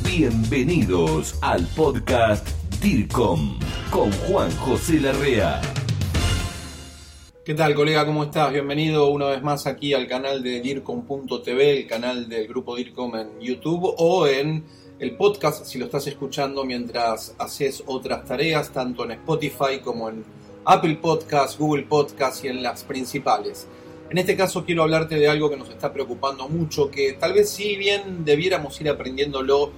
Bienvenidos al podcast DIRCOM con Juan José Larrea. ¿Qué tal, colega? ¿Cómo estás? Bienvenido una vez más aquí al canal de DIRCOM.tv, el canal del grupo DIRCOM en YouTube o en el podcast si lo estás escuchando mientras haces otras tareas, tanto en Spotify como en Apple Podcasts, Google Podcasts y en las principales. En este caso quiero hablarte de algo que nos está preocupando mucho, que tal vez si bien debiéramos ir aprendiéndolo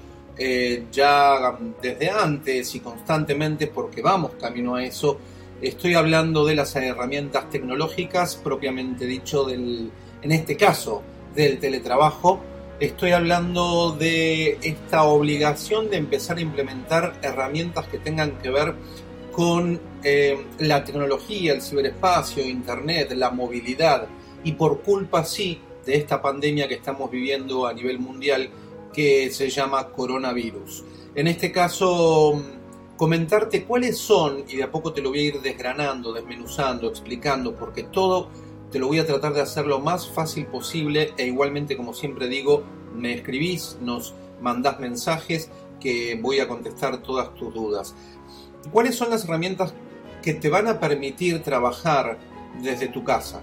ya desde antes y constantemente porque vamos camino a eso. Estoy hablando de las herramientas tecnológicas, propiamente dicho, en este caso del teletrabajo. Estoy hablando de esta obligación de empezar a implementar herramientas que tengan que ver con la tecnología, el ciberespacio, internet, la movilidad. Y por culpa, sí, de esta pandemia que estamos viviendo a nivel mundial que se llama coronavirus. En este caso, comentarte cuáles son, y de a poco te lo voy a ir desgranando, desmenuzando, explicando, porque todo te lo voy a tratar de hacer lo más fácil posible e igualmente, como siempre digo, me escribís, nos mandás mensajes que voy a contestar todas tus dudas. ¿Cuáles son las herramientas que te van a permitir trabajar desde tu casa,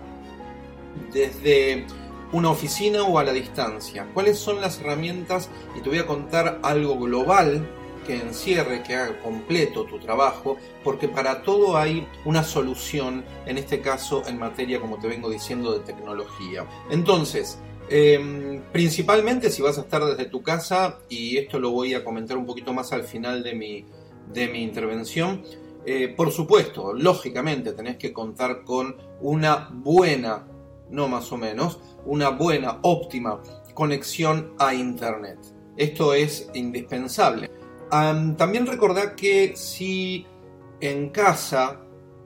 desde una oficina o a la distancia? ¿Cuáles son las herramientas? Y te voy a contar algo global que encierre, que haga completo tu trabajo, porque para todo hay una solución, en este caso en materia, como te vengo diciendo, de tecnología. Entonces, principalmente si vas a estar desde tu casa, y esto lo voy a comentar un poquito más al final de mi intervención, por supuesto, lógicamente tenés que contar con una buena, no más o menos, una buena, óptima conexión a internet. Esto es indispensable. También recordá que si en casa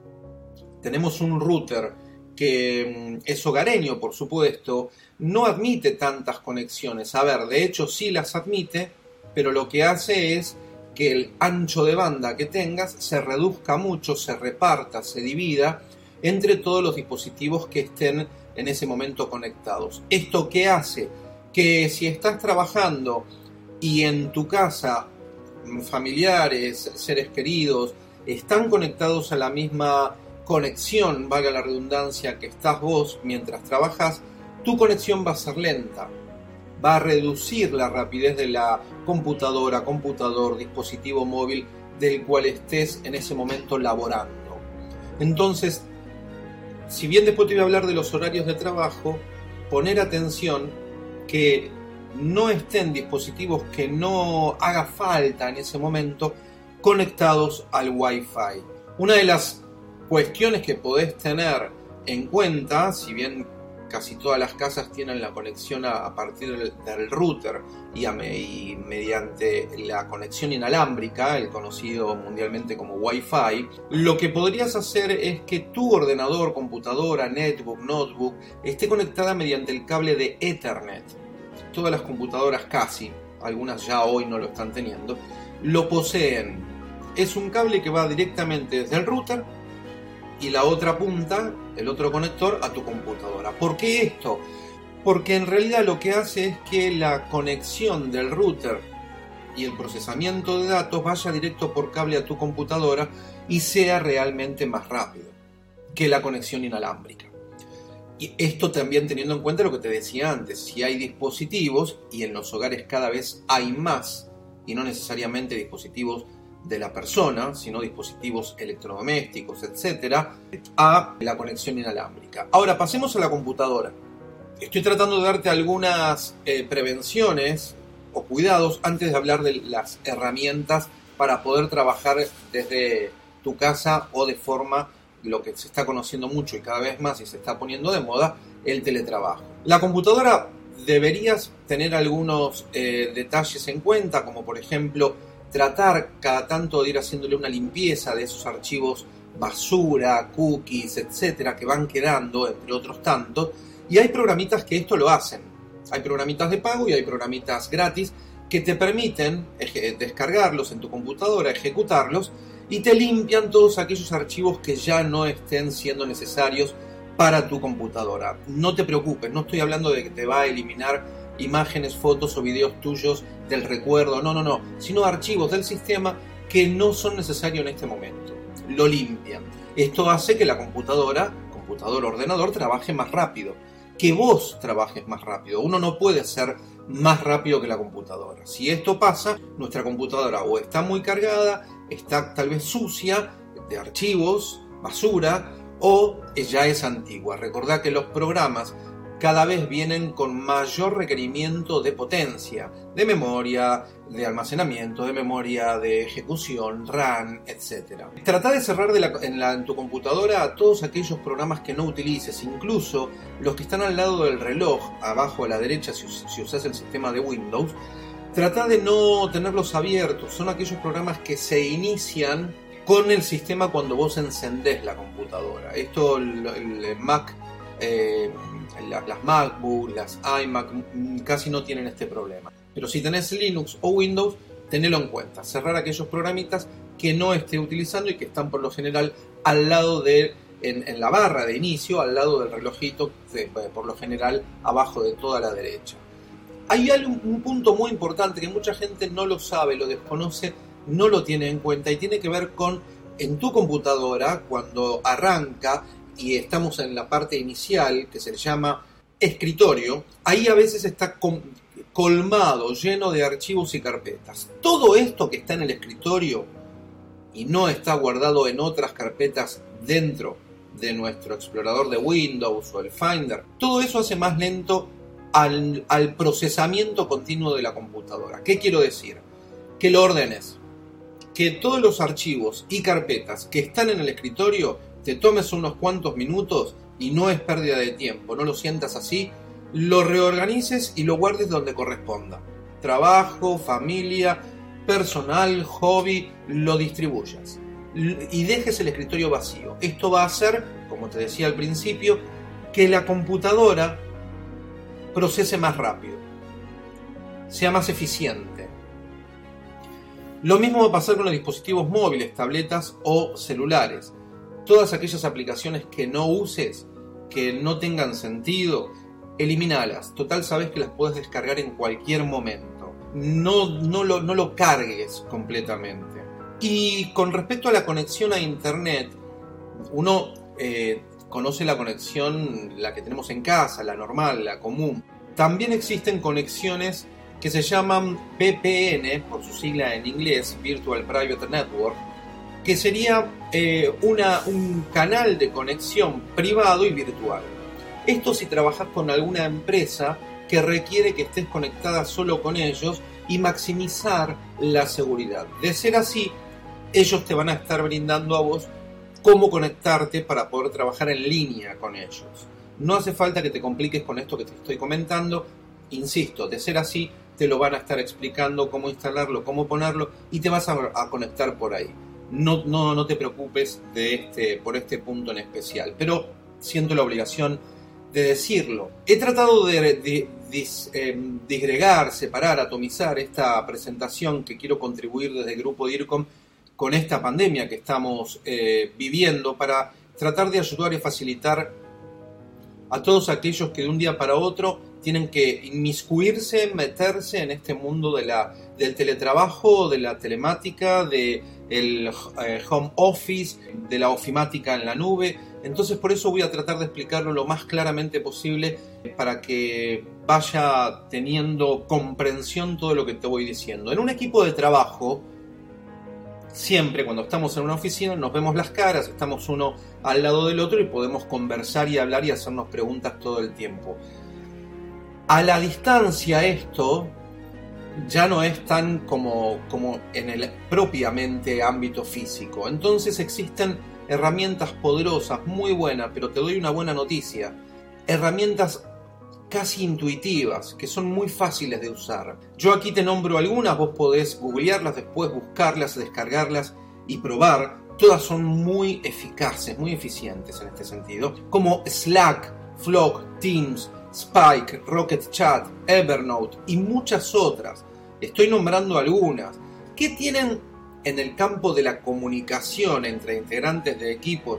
tenemos un router que es hogareño, por supuesto, no admite tantas conexiones. A ver, de hecho sí las admite, pero lo que hace es que el ancho de banda que tengas se reduzca mucho, se reparta, se divida entre todos los dispositivos que estén en ese momento conectados. ¿Esto qué hace? Que si estás trabajando y en tu casa familiares, seres queridos, están conectados a la misma conexión, valga la redundancia, que estás vos mientras trabajas, tu conexión va a ser lenta, va a reducir la rapidez de la computadora, computador, dispositivo móvil del cual estés en ese momento laborando. Entonces, si bien después te voy a hablar de los horarios de trabajo, poner atención que no estén dispositivos que no haga falta en ese momento conectados al Wi-Fi. Una de las cuestiones que podés tener en cuenta, si bien casi todas las casas tienen la conexión a partir del router y mediante la conexión inalámbrica, el conocido mundialmente como Wi-Fi, lo que podrías hacer es que tu ordenador, computadora, netbook, notebook esté conectada mediante el cable de Ethernet. Todas las computadoras casi, algunas ya hoy no lo están teniendo, lo poseen. Es un cable que va directamente desde el router y la otra punta, el otro conector, a tu computadora. ¿Por qué esto? Porque en realidad lo que hace es que la conexión del router y el procesamiento de datos vaya directo por cable a tu computadora y sea realmente más rápido que la conexión inalámbrica. Y esto también teniendo en cuenta lo que te decía antes, si hay dispositivos, y en los hogares cada vez hay más, y no necesariamente dispositivos de la persona, sino dispositivos electrodomésticos, etcétera, a la conexión inalámbrica. Ahora pasemos a la computadora. Estoy tratando de darte algunas prevenciones o cuidados antes de hablar de las herramientas para poder trabajar desde tu casa o de forma, lo que se está conociendo mucho y cada vez más y se está poniendo de moda, el teletrabajo. La computadora deberías tener algunos detalles en cuenta, como por ejemplo tratar cada tanto de ir haciéndole una limpieza de esos archivos basura, cookies, etcétera, que van quedando, entre otros tantos, y hay programitas que esto lo hacen. Hay programitas de pago y hay programitas gratis que te permiten descargarlos en tu computadora, ejecutarlos, y te limpian todos aquellos archivos que ya no estén siendo necesarios para tu computadora. No te preocupes, no estoy hablando de que te va a eliminar imágenes, fotos o videos tuyos del recuerdo, no, sino archivos del sistema que no son necesarios en este momento. Lo limpian. Esto hace que la computador, ordenador, trabaje más rápido, que vos trabajes más rápido. Uno no puede ser más rápido que la computadora. Si esto pasa, nuestra computadora o está muy cargada, está tal vez sucia de archivos, basura, o ya es antigua. Recordá que los programas cada vez vienen con mayor requerimiento de potencia, de memoria, de almacenamiento, de memoria, de ejecución, RAM, etc. Trata de cerrar en tu computadora todos aquellos programas que no utilices, incluso los que están al lado del reloj, abajo a la derecha si usas el sistema de Windows. Trata de no tenerlos abiertos, son aquellos programas que se inician con el sistema cuando vos encendés la computadora. Esto el Mac, las MacBook, las iMac casi no tienen este problema. Pero si tenés Linux o Windows, tenelo en cuenta. Cerrar aquellos programitas que no esté utilizando y que están por lo general al lado en la barra de inicio, al lado del relojito, por lo general abajo de toda la derecha. Hay un punto muy importante que mucha gente no lo sabe, lo desconoce, no lo tiene en cuenta, y tiene que ver con en tu computadora cuando arranca y estamos en la parte inicial que se llama escritorio. Ahí a veces está colmado, lleno de archivos y carpetas. Todo esto que está en el escritorio y no está guardado en otras carpetas dentro de nuestro explorador de Windows o el Finder, todo eso hace más lento al procesamiento continuo de la computadora. ¿Qué quiero decir? Que lo ordenes, que todos los archivos y carpetas que están en el escritorio te tomes unos cuantos minutos, y no es pérdida de tiempo, no lo sientas así, lo reorganices y lo guardes donde corresponda. Trabajo, familia, personal, hobby, lo distribuyas y dejes el escritorio vacío. Esto va a hacer, como te decía al principio, que la computadora procese más rápido, sea más eficiente. Lo mismo va a pasar con los dispositivos móviles, tabletas o celulares. Todas aquellas aplicaciones que no uses, que no tengan sentido, elimínalas. Total, sabes que las puedes descargar en cualquier momento. No lo cargues completamente. Y con respecto a la conexión a internet, uno conoce la conexión, la que tenemos en casa, la normal, la común. También existen conexiones que se llaman VPN, por su sigla en inglés, Virtual Private Network, que sería un canal de conexión privado y virtual. Esto si trabajas con alguna empresa que requiere que estés conectada solo con ellos y maximizar la seguridad. De ser así, ellos te van a estar brindando a vos cómo conectarte para poder trabajar en línea con ellos. No hace falta que te compliques con esto que te estoy comentando. Insisto, de ser así, te lo van a estar explicando cómo instalarlo, cómo ponerlo, y te vas a conectar por ahí. No te preocupes por este punto en especial, pero siento la obligación de decirlo. He tratado de disgregar, separar, atomizar esta presentación que quiero contribuir desde el Grupo DIRCOM con esta pandemia que estamos viviendo, para tratar de ayudar y facilitar a todos aquellos que de un día para otro tienen que inmiscuirse, meterse en este mundo del teletrabajo, de la telemática, del home office, de la ofimática en la nube. Entonces por eso voy a tratar de explicarlo lo más claramente posible para que vaya teniendo comprensión todo lo que te voy diciendo. En un equipo de trabajo, siempre cuando estamos en una oficina nos vemos las caras, estamos uno al lado del otro y podemos conversar y hablar y hacernos preguntas todo el tiempo. A la distancia esto ya no es tan como en el propiamente ámbito físico. Entonces existen herramientas poderosas, muy buenas, pero te doy una buena noticia. Herramientas casi intuitivas, que son muy fáciles de usar. Yo aquí te nombro algunas, vos podés googlearlas, después buscarlas, descargarlas y probar. Todas son muy eficaces, muy eficientes en este sentido, como Slack, Flock, Teams, Spike, Rocket Chat, Evernote y muchas otras. Estoy nombrando algunas. ¿Qué tienen en el campo de la comunicación entre integrantes de equipos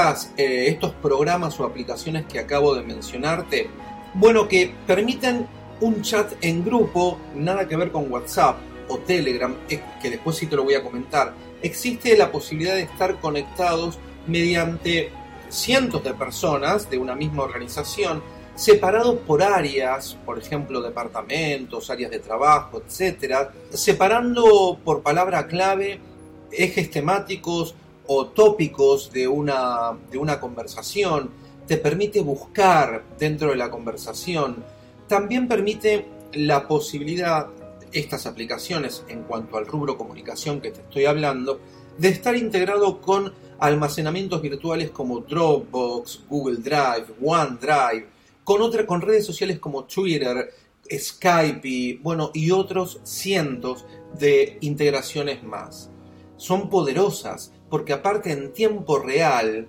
estos programas o aplicaciones que acabo de mencionarte? Bueno, que permiten un chat en grupo, nada que ver con WhatsApp o Telegram, que después sí te lo voy a comentar. Existe la posibilidad de estar conectados mediante cientos de personas de una misma organización, separados por áreas, por ejemplo, departamentos, áreas de trabajo, etcétera, separando por palabra clave ejes temáticos o tópicos de una conversación. Te permite buscar dentro de la conversación. También permite la posibilidad, estas aplicaciones en cuanto al rubro comunicación que te estoy hablando, de estar integrado con almacenamientos virtuales como Dropbox, Google Drive, OneDrive, con redes sociales como Twitter, Skype y otros cientos de integraciones más. Son poderosas porque aparte en tiempo real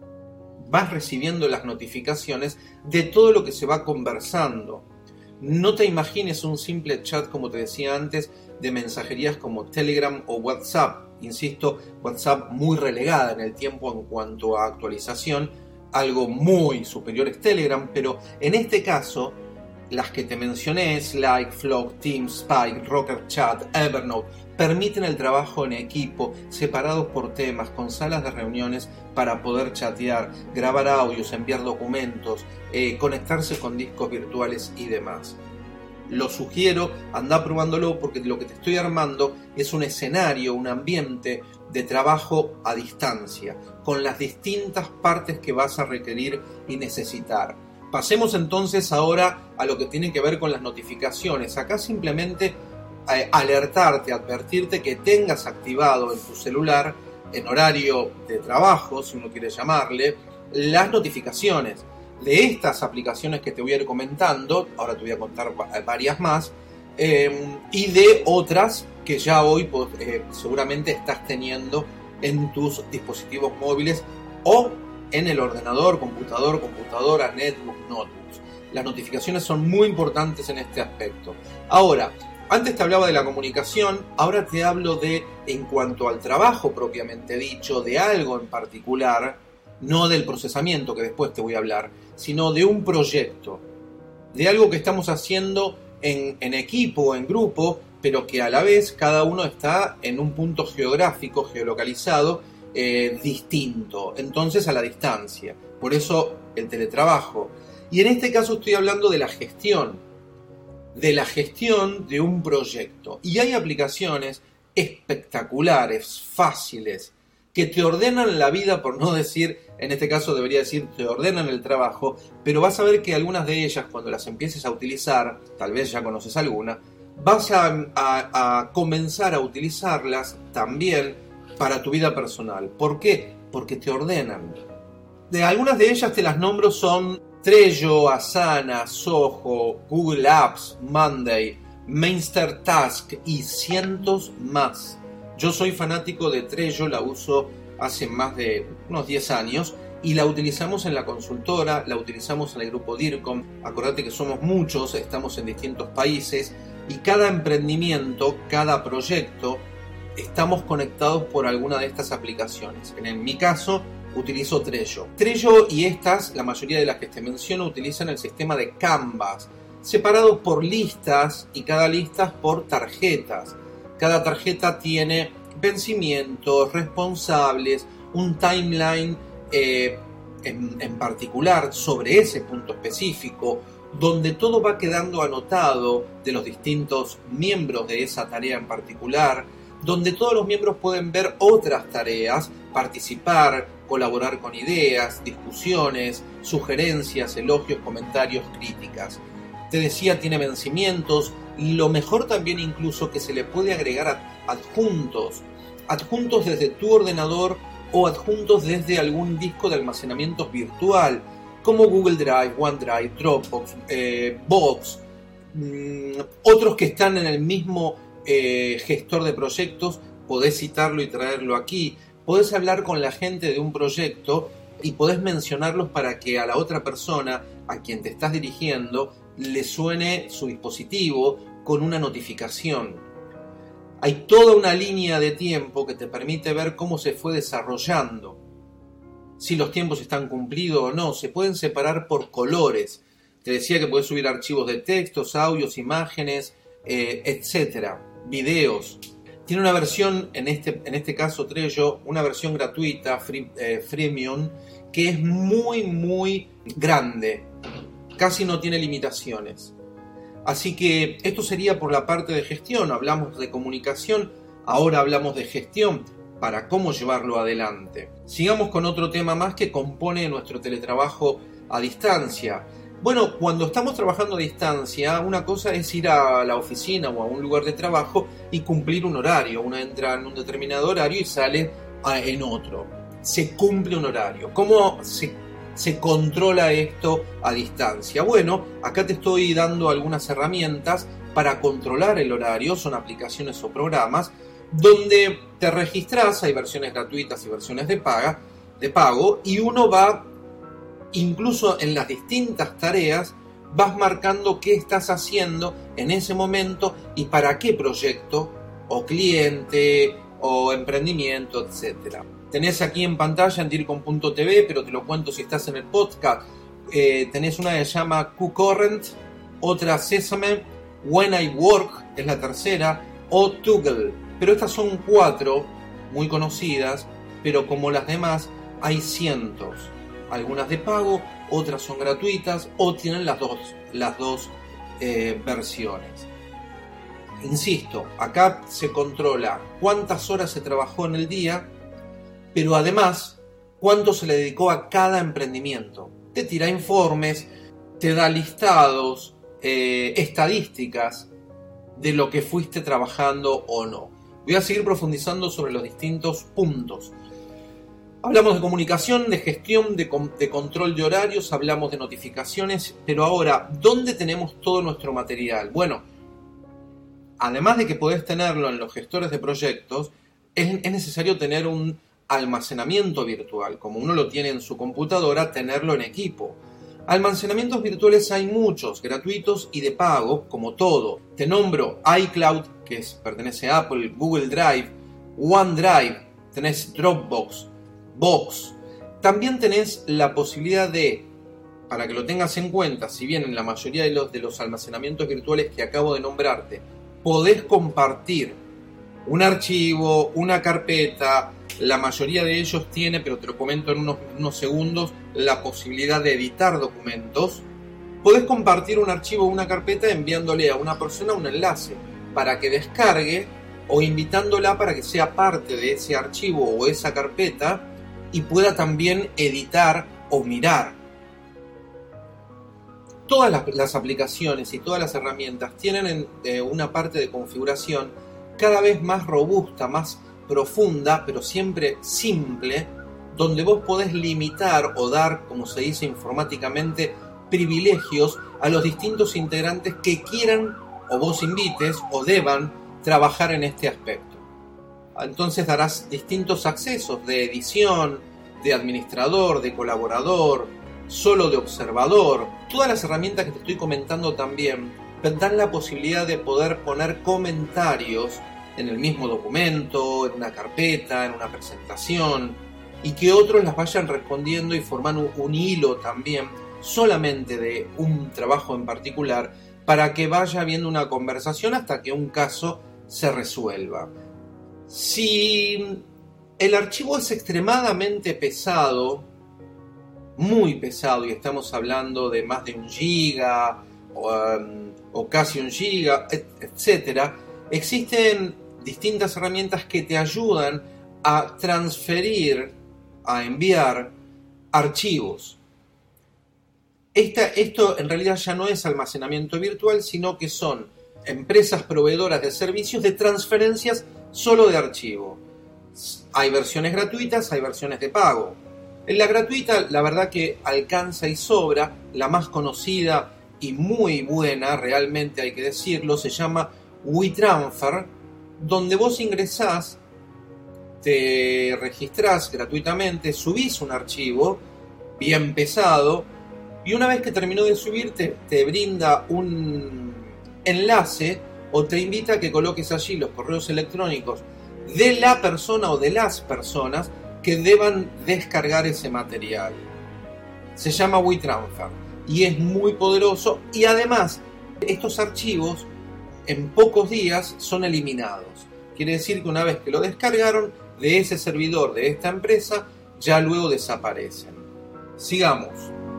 vas recibiendo las notificaciones de todo lo que se va conversando. No te imagines un simple chat, como te decía antes, de mensajerías como Telegram o WhatsApp. Insisto, WhatsApp muy relegada en el tiempo en cuanto a actualización, algo muy superior es Telegram, pero en este caso, las que te mencioné, Slack, Flock, Teams, Spike, Rocket Chat, Evernote, permiten el trabajo en equipo, separados por temas, con salas de reuniones para poder chatear, grabar audios, enviar documentos, conectarse con discos virtuales y demás. Lo sugiero, anda probándolo porque lo que te estoy armando es un escenario, un ambiente de trabajo a distancia, con las distintas partes que vas a requerir y necesitar. Pasemos entonces ahora a lo que tiene que ver con las notificaciones. Acá simplemente alertarte, advertirte que tengas activado en tu celular, en horario de trabajo, si uno quiere llamarle, las notificaciones de estas aplicaciones que te voy a ir comentando. Ahora te voy a contar varias más, y de otras que ya hoy seguramente estás teniendo en tus dispositivos móviles o en el ordenador, computadora, netbook, notebooks. Las notificaciones son muy importantes en este aspecto. Ahora, antes te hablaba de la comunicación, ahora te hablo de, en cuanto al trabajo propiamente dicho, de algo en particular, no del procesamiento que después te voy a hablar, sino de un proyecto, de algo que estamos haciendo en equipo, en grupo, pero que a la vez cada uno está en un punto geográfico, geolocalizado, distinto, entonces a la distancia. Por eso el teletrabajo. Y en este caso estoy hablando de la gestión de un proyecto. Y hay aplicaciones espectaculares, fáciles, que te ordenan la vida, por no decir, en este caso debería decir, te ordenan el trabajo, pero vas a ver que algunas de ellas, cuando las empieces a utilizar, tal vez ya conoces alguna, vas a comenzar a utilizarlas también para tu vida personal. ¿Por qué? Porque te ordenan. De algunas de ellas te las nombro, son Trello, Asana, Zoho, Google Apps, Monday, Master Task y cientos más. Yo soy fanático de Trello, la uso hace más de unos 10 años y la utilizamos en la consultora, la utilizamos en el grupo DIRCOM. Acordate que somos muchos, estamos en distintos países y cada emprendimiento, cada proyecto, estamos conectados por alguna de estas aplicaciones. En mi caso, utilizo Trello. Trello y estas, la mayoría de las que te menciono, utilizan el sistema de Canvas, separados por listas y cada lista por tarjetas. Cada tarjeta tiene vencimientos, responsables, un timeline en particular sobre ese punto específico, donde todo va quedando anotado de los distintos miembros de esa tarea en particular, donde todos los miembros pueden ver otras tareas, participar, colaborar con ideas, discusiones, sugerencias, elogios, comentarios, críticas. Te decía, tiene vencimientos, lo mejor también incluso que se le puede agregar adjuntos desde tu ordenador o adjuntos desde algún disco de almacenamiento virtual, como Google Drive, OneDrive, Dropbox, Box, otros que están en el mismo gestor de proyectos. Podés citarlo y traerlo aquí. Podés hablar con la gente de un proyecto y podés mencionarlos para que a la otra persona a quien te estás dirigiendo le suene su dispositivo con una notificación. Hay toda una línea de tiempo que te permite ver cómo se fue desarrollando, si los tiempos están cumplidos o no. Se pueden separar por colores. Te decía que podés subir archivos de textos, audios, imágenes, etcétera, videos. Tiene una versión, en este caso Trello, una versión gratuita, freemium, que es muy, muy grande. Casi no tiene limitaciones. Así que esto sería por la parte de gestión. Hablamos de comunicación, ahora hablamos de gestión para cómo llevarlo adelante. Sigamos con otro tema más que compone nuestro teletrabajo a distancia. Bueno, cuando estamos trabajando a distancia, una cosa es ir a la oficina o a un lugar de trabajo y cumplir un horario. Uno entra en un determinado horario y sale en otro. Se cumple un horario. ¿Cómo se controla esto a distancia? Bueno, acá te estoy dando algunas herramientas para controlar el horario. Son aplicaciones o programas donde te registras. Hay versiones gratuitas y versiones de pago, y uno va, incluso en las distintas tareas, vas marcando qué estás haciendo en ese momento y para qué proyecto o cliente o emprendimiento, etc. Tenés aquí en pantalla en dircom.tv, pero te lo cuento si estás en el podcast. Tenés una que se llama QCurrent, otra Sesame, When I Work es la tercera, o Toggle. Pero estas son 4 muy conocidas, pero como las demás hay cientos. Algunas de pago, otras son gratuitas o tienen las dos versiones. Insisto, acá se controla cuántas horas se trabajó en el día, pero además cuánto se le dedicó a cada emprendimiento. Te tira informes, te da listados, estadísticas de lo que fuiste trabajando o no. Voy a seguir profundizando sobre los distintos puntos. Hablamos de comunicación, de gestión, de control de horarios, hablamos de notificaciones, pero ahora, ¿dónde tenemos todo nuestro material? Bueno, además de que podés tenerlo en los gestores de proyectos, es necesario tener un almacenamiento virtual. Como uno lo tiene en su computadora, tenerlo en equipo. Almacenamientos virtuales hay muchos, gratuitos y de pago, como todo. Te nombro iCloud, que pertenece a Apple, Google Drive, OneDrive, tenés Dropbox, Box. También tenés la posibilidad de, para que lo tengas en cuenta, si bien en la mayoría de los almacenamientos virtuales que acabo de nombrarte, podés compartir un archivo, una carpeta, la mayoría de ellos tiene, pero te lo comento en unos segundos, la posibilidad de editar documentos. Podés compartir un archivo o una carpeta enviándole a una persona un enlace para que descargue o invitándola para que sea parte de ese archivo o esa carpeta y pueda también editar o mirar. Todas las aplicaciones y todas las herramientas tienen una parte de configuración cada vez más robusta, más profunda, pero siempre simple, donde vos podés limitar o dar, como se dice informáticamente, privilegios a los distintos integrantes que quieran o vos invites o deban trabajar en este aspecto. Entonces darás distintos accesos de edición, de administrador, de colaborador, solo de observador. Todas las herramientas que te estoy comentando también dan la posibilidad de poder poner comentarios en el mismo documento, en una carpeta, en una presentación, y que otros las vayan respondiendo y forman un hilo también solamente de un trabajo en particular para que vaya habiendo una conversación hasta que un caso se resuelva. Si el archivo es extremadamente pesado, muy pesado, y estamos hablando de más de 1 giga o casi 1 giga, etc., existen distintas herramientas que te ayudan a transferir, a enviar archivos. Esto en realidad ya no es almacenamiento virtual, sino que son empresas proveedoras de servicios de transferencias solo de archivo. Hay versiones gratuitas, hay versiones de pago. En la gratuita, la verdad que alcanza y sobra. La más conocida y muy buena, realmente hay que decirlo, se llama WeTransfer, donde vos ingresás, te registrás gratuitamente, subís un archivo bien pesado y una vez que terminó de subir te brinda un enlace o te invita a que coloques allí los correos electrónicos de la persona o de las personas que deban descargar ese material. Se llama WeTransfer y es muy poderoso, y además estos archivos en pocos días son eliminados. Quiere decir que una vez que lo descargaron de ese servidor de esta empresa, ya luego desaparecen. Sigamos.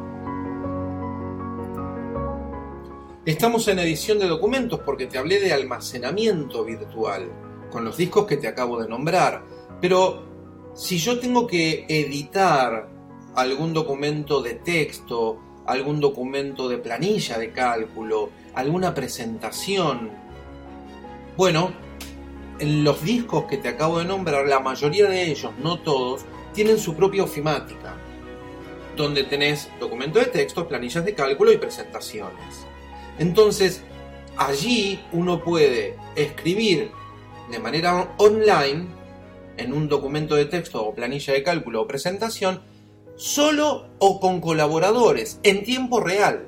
Estamos en edición de documentos porque te hablé de almacenamiento virtual con los discos que te acabo de nombrar. Pero si yo tengo que editar algún documento de texto, algún documento de planilla de cálculo, alguna presentación, bueno, en los discos que te acabo de nombrar, la mayoría de ellos, no todos, tienen su propia ofimática, donde tenés documento de texto, planillas de cálculo y presentaciones. Entonces, allí uno puede escribir de manera online, en un documento de texto o planilla de cálculo o presentación, solo o con colaboradores, en tiempo real.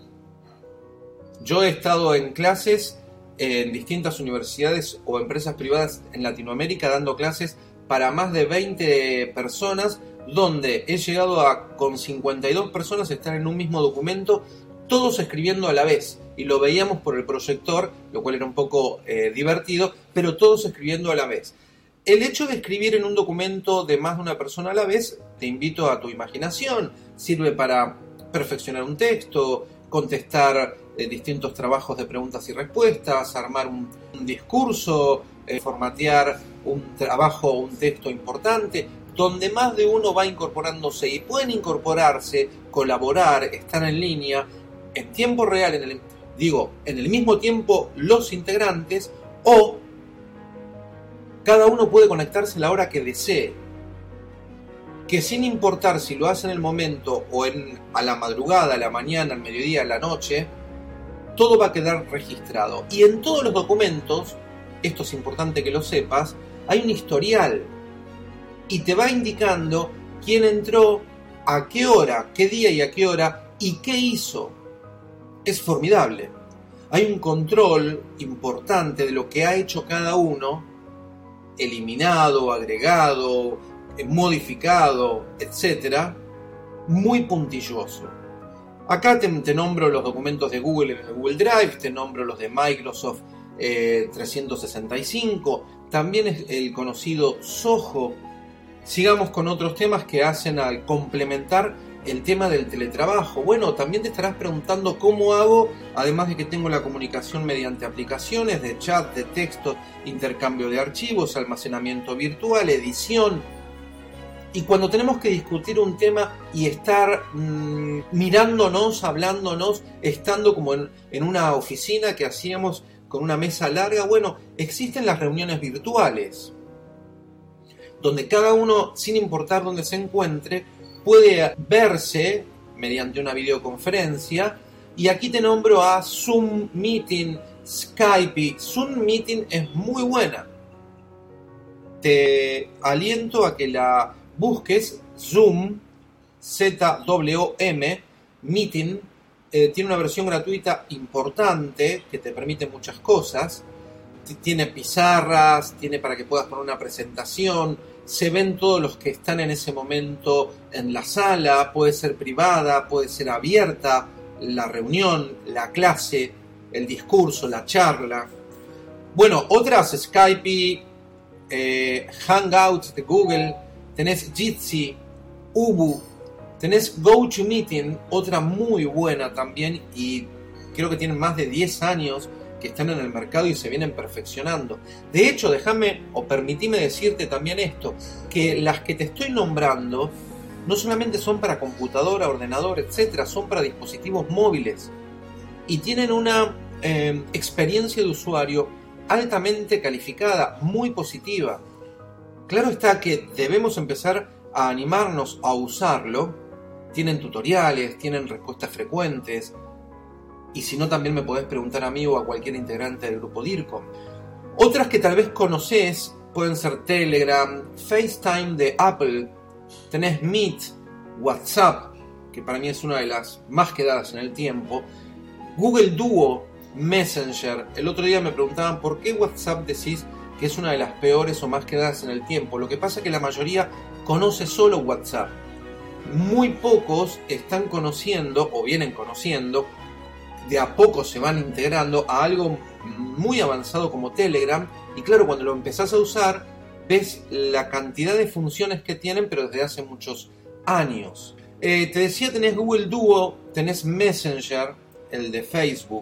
Yo he estado en clases en distintas universidades o empresas privadas en Latinoamérica dando clases para más de 20 personas, donde he llegado a, con 52 personas, estar en un mismo documento, todos escribiendo a la vez, y lo veíamos por el proyector, lo cual era un poco divertido, pero todos escribiendo a la vez. El hecho de escribir en un documento de más de una persona a la vez, te invito a tu imaginación, sirve para perfeccionar un texto, contestar distintos trabajos de preguntas y respuestas, armar un discurso, formatear un trabajo o un texto importante, donde más de uno va incorporándose y pueden incorporarse, colaborar, estar en línea, en tiempo real, en el mismo tiempo los integrantes, o cada uno puede conectarse a la hora que desee, que sin importar si lo hace en el momento o a la madrugada, a la mañana, al mediodía, a la noche, todo va a quedar registrado. Y en todos los documentos, esto es importante que lo sepas, hay un historial y te va indicando quién entró, a qué hora, qué día y a qué hora y qué hizo. Es formidable. Hay un control importante de lo que ha hecho cada uno, eliminado, agregado, modificado, etc., muy puntilloso. Acá te nombro los documentos de Google en el Google Drive, te nombro los de Microsoft 365, también es el conocido Zoho. Sigamos con otros temas que hacen al complementar el tema del teletrabajo. Bueno, también te estarás preguntando cómo hago, además de que tengo la comunicación mediante aplicaciones de chat, de texto, intercambio de archivos, almacenamiento virtual, edición. Y cuando tenemos que discutir un tema y estar mirándonos, hablándonos, estando como en una oficina que hacíamos con una mesa larga, bueno, existen las reuniones virtuales, donde cada uno, sin importar dónde se encuentre, puede verse mediante una videoconferencia. Y aquí te nombro a Zoom Meeting, Skype. Zoom Meeting es muy buena. Te aliento a que la busques. Zoom, Z-W-M, Meeting. Tiene una versión gratuita importante que te permite muchas cosas. Tiene pizarras, tiene para que puedas poner una presentación, se ven todos los que están en ese momento en la sala, puede ser privada, puede ser abierta, la reunión, la clase, el discurso, la charla. Bueno, otras, Skype, Hangouts de Google, tenés Jitsi, Ubu, tenés GoToMeeting, otra muy buena también, y creo que tienen más de 10 años que están en el mercado y se vienen perfeccionando. De hecho, permitime decirte también esto, que las que te estoy nombrando no solamente son para computadora, ordenador, etcétera, son para dispositivos móviles y tienen una experiencia de usuario altamente calificada, muy positiva. Claro está que debemos empezar a animarnos a usarlo. Tienen tutoriales, tienen respuestas frecuentes. Y si no, también me podés preguntar a mí o a cualquier integrante del grupo DIRCOM. Otras que tal vez conocés pueden ser Telegram, FaceTime de Apple, tenés Meet, WhatsApp, que para mí es una de las más quedadas en el tiempo, Google Duo, Messenger. El otro día me preguntaban por qué WhatsApp decís que es una de las peores o más quedadas en el tiempo. Lo que pasa es que la mayoría conoce solo WhatsApp. muy pocos están conociendo o vienen conociendo, de a poco se van integrando a algo muy avanzado como Telegram. Y claro, cuando lo empezás a usar, ves la cantidad de funciones que tienen, pero desde hace muchos años. Te decía, tenés Google Duo, tenés Messenger, el de Facebook.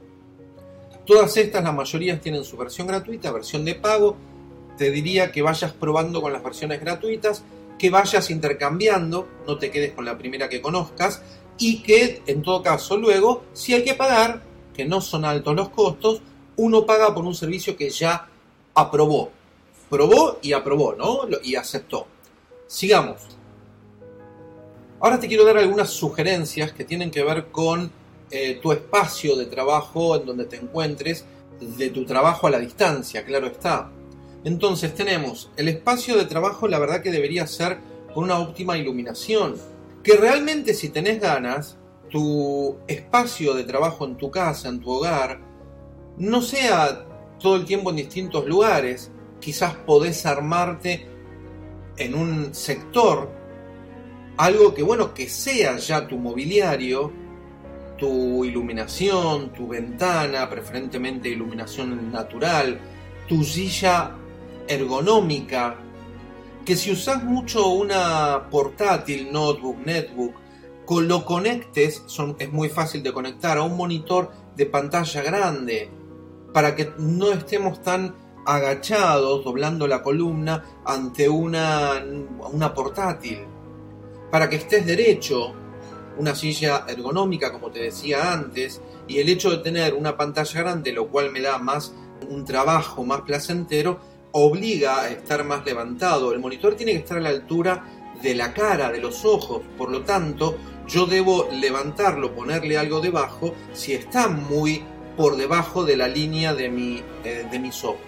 Todas estas, la mayoría tienen su versión gratuita, versión de pago. Te diría que vayas probando con las versiones gratuitas, que vayas intercambiando, no te quedes con la primera que conozcas, y que en todo caso luego, si hay que pagar, que no son altos los costos, uno paga por un servicio que ya probó y aprobó, ¿no? Y aceptó. Sigamos. Ahora te quiero dar algunas sugerencias que tienen que ver con tu espacio de trabajo en donde te encuentres, de tu trabajo a la distancia, claro está. Entonces tenemos el espacio de trabajo, la verdad que debería ser con una óptima iluminación. Que realmente, si tenés ganas, tu espacio de trabajo en tu casa, en tu hogar, no sea todo el tiempo en distintos lugares. Quizás podés armarte en un sector algo que sea ya tu mobiliario, tu iluminación, tu ventana, preferentemente iluminación natural, tu silla ergonómica, que si usás mucho una portátil, netbook, lo conectes, es muy fácil de conectar a un monitor de pantalla grande, para que no estemos tan agachados, doblando la columna ante una portátil, para que estés derecho, una silla ergonómica, como te decía antes, y el hecho de tener una pantalla grande, lo cual me da un trabajo más placentero, obliga a estar más levantado. El monitor tiene que estar a la altura de la cara, de los ojos, por lo tanto, yo debo levantarlo, ponerle algo debajo, si está muy por debajo de la línea de mis ojos.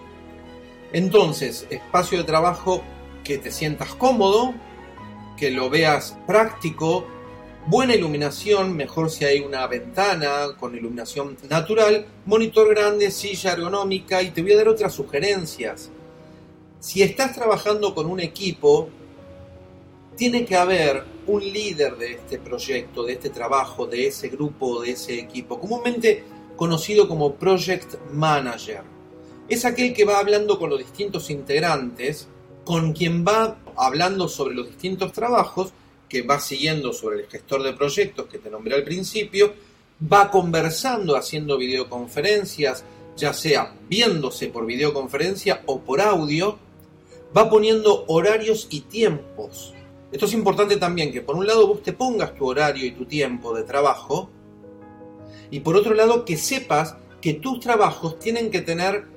Entonces, espacio de trabajo que te sientas cómodo, que lo veas práctico, buena iluminación, mejor si hay una ventana con iluminación natural, monitor grande, silla ergonómica, y te voy a dar otras sugerencias. Si estás trabajando con un equipo, tiene que haber un líder de este proyecto, de este trabajo, de ese grupo, de ese equipo, comúnmente conocido como Project Manager. Es aquel que va hablando con los distintos integrantes, con quien va hablando sobre los distintos trabajos, que va siguiendo sobre el gestor de proyectos que te nombré al principio, va conversando, haciendo videoconferencias, ya sea viéndose por videoconferencia o por audio, va poniendo horarios y tiempos. Esto es importante también, que por un lado vos te pongas tu horario y tu tiempo de trabajo, y por otro lado que sepas que tus trabajos tienen que tener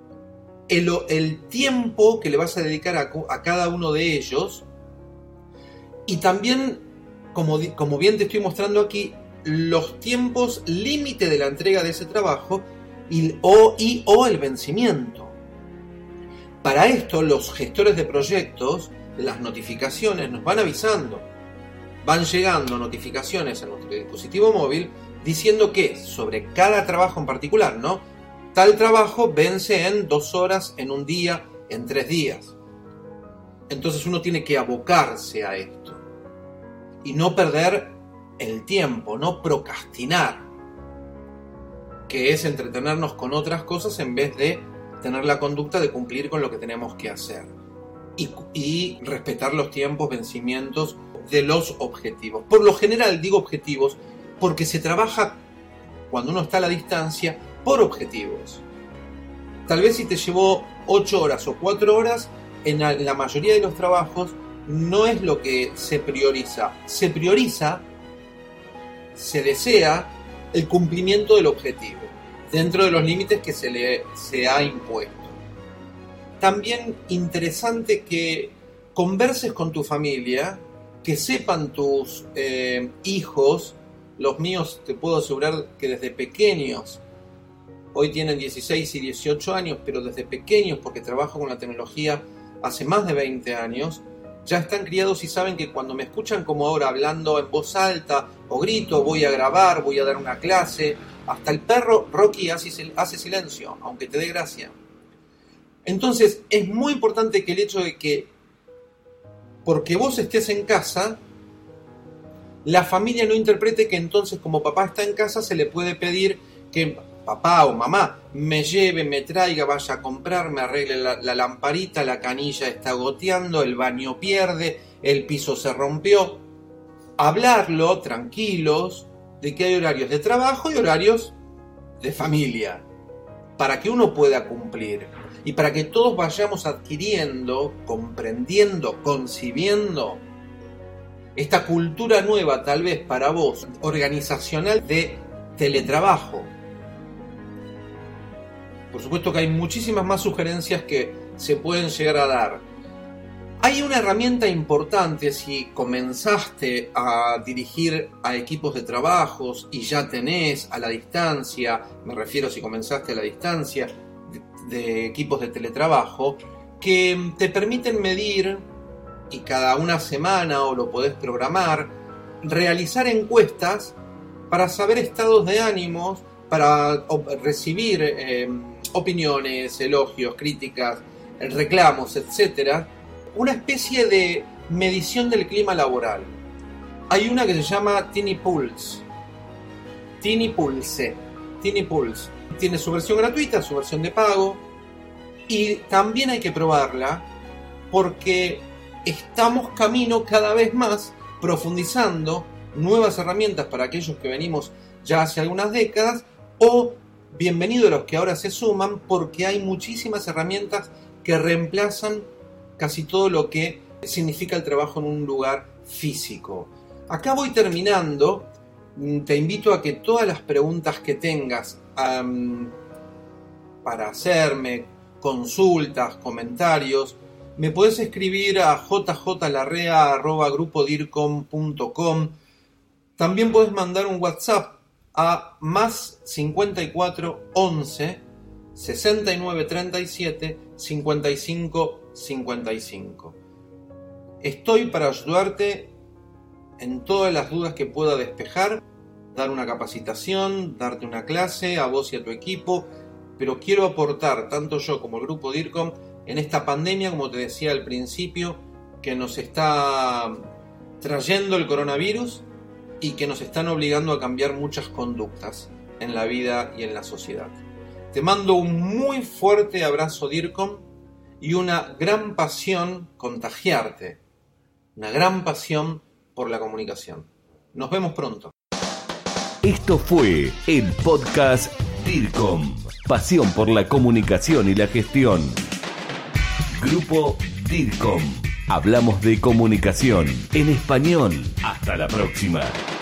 el tiempo que le vas a dedicar a cada uno de ellos, y también, como bien te estoy mostrando aquí, los tiempos límite de la entrega de ese trabajo o el vencimiento. Para esto, los gestores de proyectos, las notificaciones nos van avisando. Van llegando notificaciones a nuestro dispositivo móvil diciendo que sobre cada trabajo en particular, ¿no? Tal trabajo vence en 2 horas, en un día, en 3 días. Entonces uno tiene que abocarse a esto y no perder el tiempo, no procrastinar, que es entretenernos con otras cosas en vez de tener la conducta de cumplir con lo que tenemos que hacer y respetar los tiempos, vencimientos de los objetivos. Por lo general digo objetivos porque se trabaja, cuando uno está a la distancia, por objetivos. Tal vez si te llevó 8 horas o 4 horas, en la mayoría de los trabajos no es lo que se prioriza. Se prioriza, se desea el cumplimiento del objetivo, dentro de los límites que se ha impuesto. También interesante que converses con tu familia, que sepan tus hijos. Los míos te puedo asegurar que desde pequeños, hoy tienen 16 y 18 años, pero desde pequeños, porque trabajo con la tecnología hace más de 20 años, ya están criados y saben que cuando me escuchan como ahora hablando en voz alta o grito, voy a grabar, voy a dar una clase, hasta el perro Rocky hace silencio, aunque te dé gracia. Entonces es muy importante que el hecho de que, porque vos estés en casa, la familia no interprete que entonces como papá está en casa se le puede pedir que papá o mamá me lleve, me traiga, vaya a comprar, me arregle la lamparita, la canilla está goteando, el baño pierde, el piso se rompió. Hablarlo tranquilos de que hay horarios de trabajo y horarios de familia para que uno pueda cumplir y para que todos vayamos adquiriendo, comprendiendo, concibiendo esta cultura nueva, tal vez para vos, organizacional de teletrabajo. Por supuesto que hay muchísimas más sugerencias que se pueden llegar a dar. Hay una herramienta importante si comenzaste a dirigir a equipos de trabajos y ya tenés a la distancia, me refiero si comenzaste a la distancia, de equipos de teletrabajo, que te permiten medir, y cada una semana o lo podés programar, realizar encuestas para saber estados de ánimos, para recibir opiniones, elogios, críticas, reclamos, etcétera. Una especie de medición del clima laboral. Hay una que se llama Tiny Pulse. Tiny Pulse. Tiene su versión gratuita, su versión de pago. Y también hay que probarla porque estamos camino cada vez más profundizando nuevas herramientas para aquellos que venimos ya hace algunas décadas o bienvenidos a los que ahora se suman porque hay muchísimas herramientas que reemplazan casi todo lo que significa el trabajo en un lugar físico. Acá voy terminando. Te invito a que todas las preguntas que tengas para hacerme, consultas, comentarios, me podés escribir a jjlarrea@grupodircom.com. También podés mandar un WhatsApp a más 54 11 69 37 55 55. Estoy para ayudarte en todas las dudas que pueda despejar, dar una capacitación, darte una clase a vos y a tu equipo, pero quiero aportar, tanto yo como el Grupo DIRCOM, en esta pandemia, como te decía al principio, que nos está trayendo el coronavirus y que nos están obligando a cambiar muchas conductas en la vida y en la sociedad. Te mando un muy fuerte abrazo, DIRCOM, y una gran pasión contagiarte, una gran pasión por la comunicación. Nos vemos pronto. Esto fue el podcast DIRCOM, pasión por la comunicación y la gestión. Grupo DIRCOM, hablamos de comunicación en español. Hasta la próxima.